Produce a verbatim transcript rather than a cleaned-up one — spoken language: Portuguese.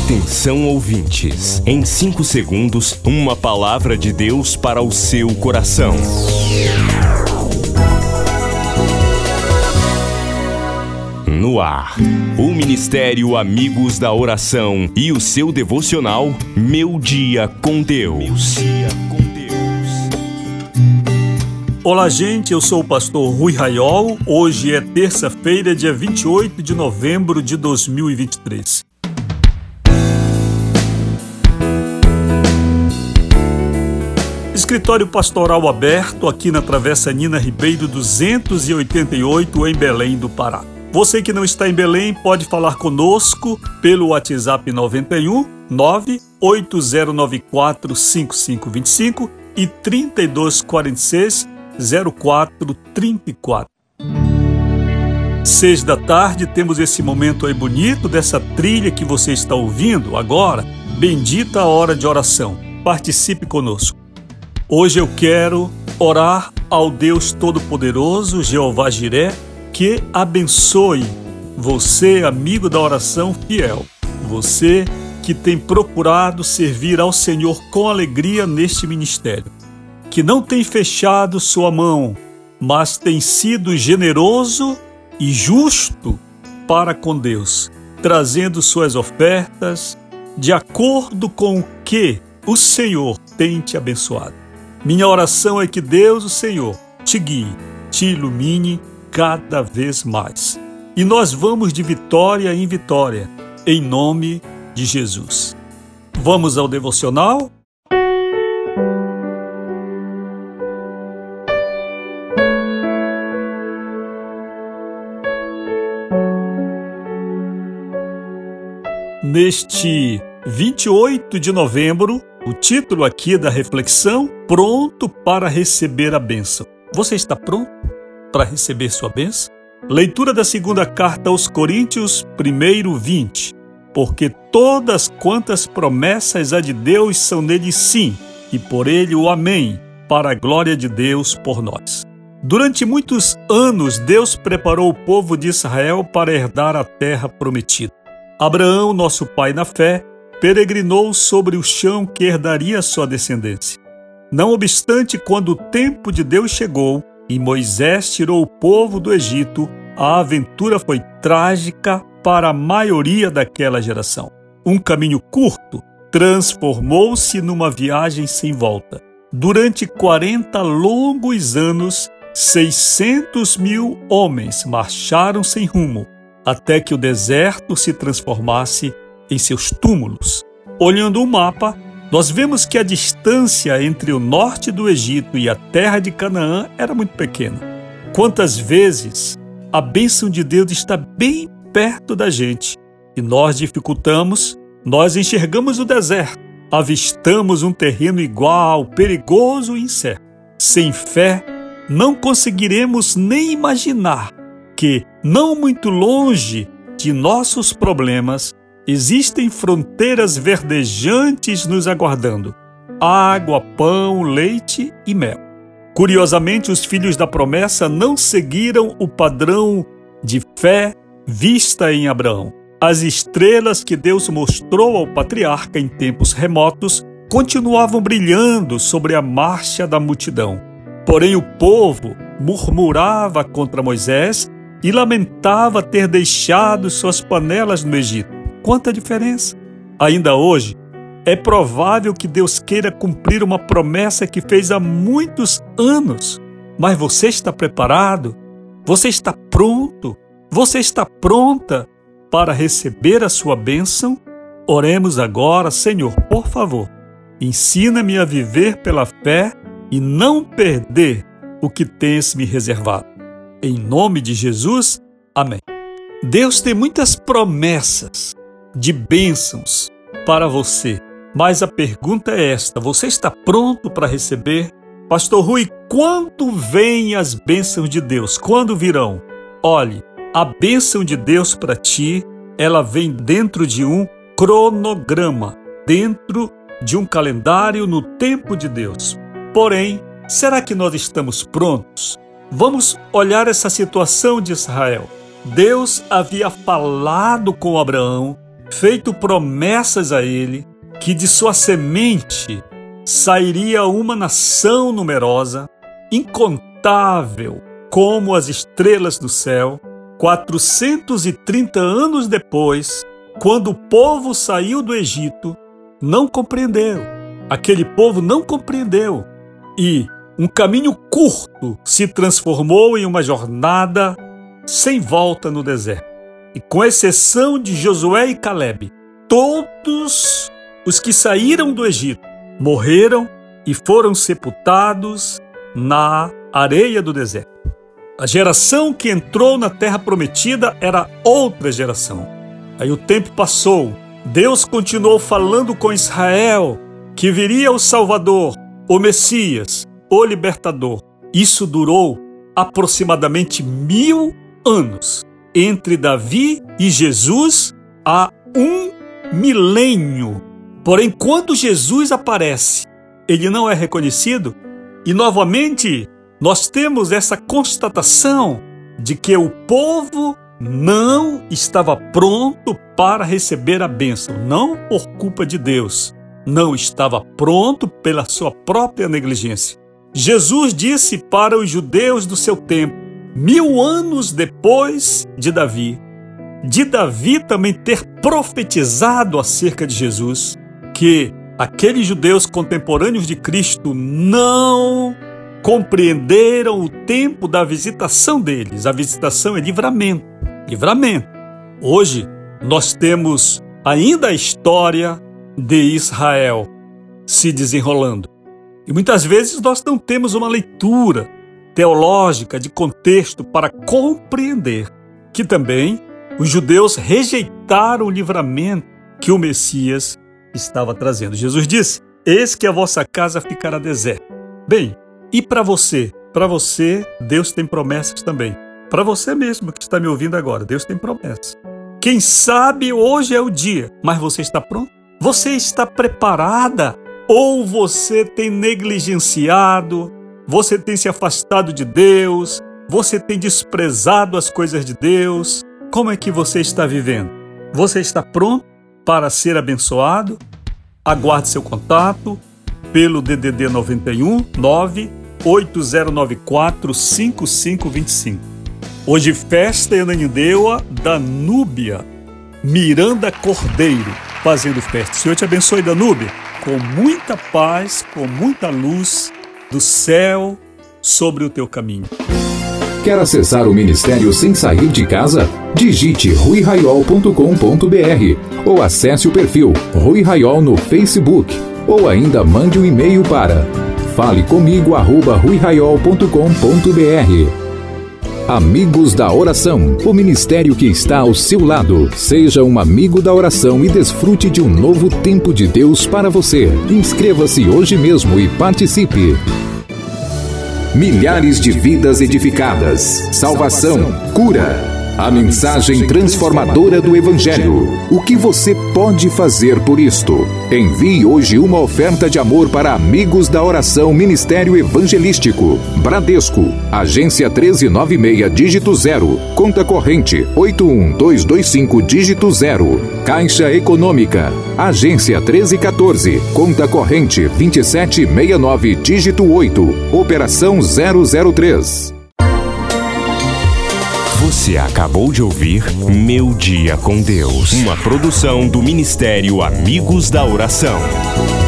Atenção, ouvintes. Em cinco segundos, uma palavra de Deus para o seu coração. No ar, o Ministério Amigos da Oração e o seu devocional Meu Dia com Deus. Olá, gente, eu sou o pastor Rui Raiol. Hoje é terça-feira, dia vinte e oito de novembro de dois mil e vinte e três. Escritório pastoral aberto aqui na Travessa Nina Ribeiro duzentos e oitenta e oito, em Belém do Pará. Você que não está em Belém pode falar conosco pelo WhatsApp nove um nove oito zero nove quatro cinco cinco dois cinco e trinta e dois quarenta e seis zero quatro trinta e quatro. Seis da tarde, temos esse momento aí bonito dessa trilha que você está ouvindo agora. Bendita a hora de oração. Participe conosco. Hoje eu quero orar ao Deus Todo-Poderoso, Jeová Jiré, que abençoe você, amigo da oração fiel. Você que tem procurado servir ao Senhor com alegria neste ministério. Que não tem fechado sua mão, mas tem sido generoso e justo para com Deus, trazendo suas ofertas de acordo com o que o Senhor tem te abençoado. Minha oração é que Deus, o Senhor, te guie, te ilumine cada vez mais. E nós vamos de vitória em vitória, em nome de Jesus. Vamos ao devocional? Neste vinte e oito de novembro, o título aqui da reflexão, pronto para receber a bênção. Você está pronto para receber sua bênção? Leitura da segunda carta aos Coríntios, primeiro vinte. Porque todas quantas promessas há de Deus são nele sim, e por ele o amém, para a glória de Deus por nós. Durante muitos anos, Deus preparou o povo de Israel para herdar a terra prometida. Abraão, nosso pai na fé, peregrinou sobre o chão que herdaria sua descendência. Não obstante, quando o tempo de Deus chegou e Moisés tirou o povo do Egito, a aventura foi trágica para a maioria daquela geração. Um caminho curto transformou-se numa viagem sem volta. Durante quarenta longos anos, seiscentos mil homens marcharam sem rumo, até que o deserto se transformasse em seus túmulos. Olhando o mapa, nós vemos que a distância entre o norte do Egito e a terra de Canaã era muito pequena. Quantas vezes a bênção de Deus está bem perto da gente e nós dificultamos, nós enxergamos o deserto, avistamos um terreno igual, perigoso e incerto. Sem fé, não conseguiremos nem imaginar que, não muito longe de nossos problemas, existem fronteiras verdejantes nos aguardando: água, pão, leite e mel. Curiosamente, os filhos da promessa não seguiram o padrão de fé vista em Abraão. As estrelas que Deus mostrou ao patriarca em tempos remotos continuavam brilhando sobre a marcha da multidão. Porém, o povo murmurava contra Moisés e lamentava ter deixado suas panelas no Egito. Quanta diferença! Ainda hoje, é provável que Deus queira cumprir uma promessa que fez há muitos anos. Mas você está preparado? Você está pronto? Você está pronta para receber a sua bênção? Oremos agora. Senhor, por favor, ensina-me a viver pela fé e não perder o que tens me reservado. Em nome de Jesus, amém. Deus tem muitas promessas de bênçãos para você, mas a pergunta é esta: você está pronto para receber? Pastor Rui, quando vêm as bênçãos de Deus? Quando virão? Olhe, a bênção de Deus para ti, ela vem dentro de um cronograma, dentro de um calendário no tempo de Deus. Porém, será que nós estamos prontos? Vamos olhar essa situação de Israel. Deus havia falado com Abraão feito promessas a ele que de sua semente sairia uma nação numerosa, incontável como as estrelas do céu. quatrocentos e trinta anos depois, quando o povo saiu do Egito, não compreendeu. Aquele povo não compreendeu. E um caminho curto se transformou em uma jornada sem volta no deserto. E com exceção de Josué e Calebe, todos os que saíram do Egito morreram e foram sepultados na areia do deserto. A geração que entrou na terra prometida era outra geração. Aí o tempo passou. Deus continuou falando com Israel que viria o Salvador, o Messias, o Libertador. Isso durou aproximadamente mil anos. Entre Davi e Jesus há um milênio. Porém, quando Jesus aparece, ele não é reconhecido. E novamente, nós temos essa constatação de que o povo não estava pronto para receber a bênção. Não por culpa de Deus. Não estava pronto pela sua própria negligência. Jesus disse para os judeus do seu tempo, mil anos depois de Davi, de Davi também ter profetizado acerca de Jesus, que aqueles judeus contemporâneos de Cristo não compreenderam o tempo da visitação deles. A visitação é livramento. Livramento. Hoje, nós temos ainda a história de Israel se desenrolando. E muitas vezes nós não temos uma leitura teológica de contexto para compreender que também os judeus rejeitaram o livramento que o Messias estava trazendo. Jesus disse, eis que a vossa casa ficará deserta. Bem, e para você? Para você, Deus tem promessas também. Para você mesmo que está me ouvindo agora, Deus tem promessas. Quem sabe hoje é o dia, mas você está pronto? Você está preparada? Ou você tem negligenciado? Você tem se afastado de Deus? Você tem desprezado as coisas de Deus? Como é que você está vivendo? Você está pronto para ser abençoado? Aguarde seu contato pelo D D D nove um nove oito zero nove quatro cinco cinco dois cinco. Hoje festa em Ananindeua da Núbia, Miranda Cordeiro, fazendo festa. O Senhor te abençoe, Danúbia, com muita paz, com muita luz do céu sobre o teu caminho. Quer acessar o ministério sem sair de casa? Digite rui raiol ponto com ponto b r ou acesse o perfil Rui Raiol no Facebook, ou ainda mande um e-mail para fale comigo arroba rui raiol ponto com ponto b r. Amigos da Oração, o ministério que está ao seu lado. Seja um amigo da oração e desfrute de um novo tempo de Deus para você. Inscreva-se hoje mesmo e participe. Milhares de vidas edificadas, salvação, cura. A mensagem transformadora do Evangelho. O que você pode fazer por isto? Envie hoje uma oferta de amor para Amigos da Oração Ministério Evangelístico. Bradesco, agência treze noventa e seis, dígito zero. Conta corrente oito um dois dois cinco, dígito zero. Caixa Econômica, agência treze quatorze. Conta corrente vinte e sete sessenta e nove, dígito oito. Operação zero zero três. Você acabou de ouvir Meu Dia com Deus, uma produção do Ministério Amigos da Oração.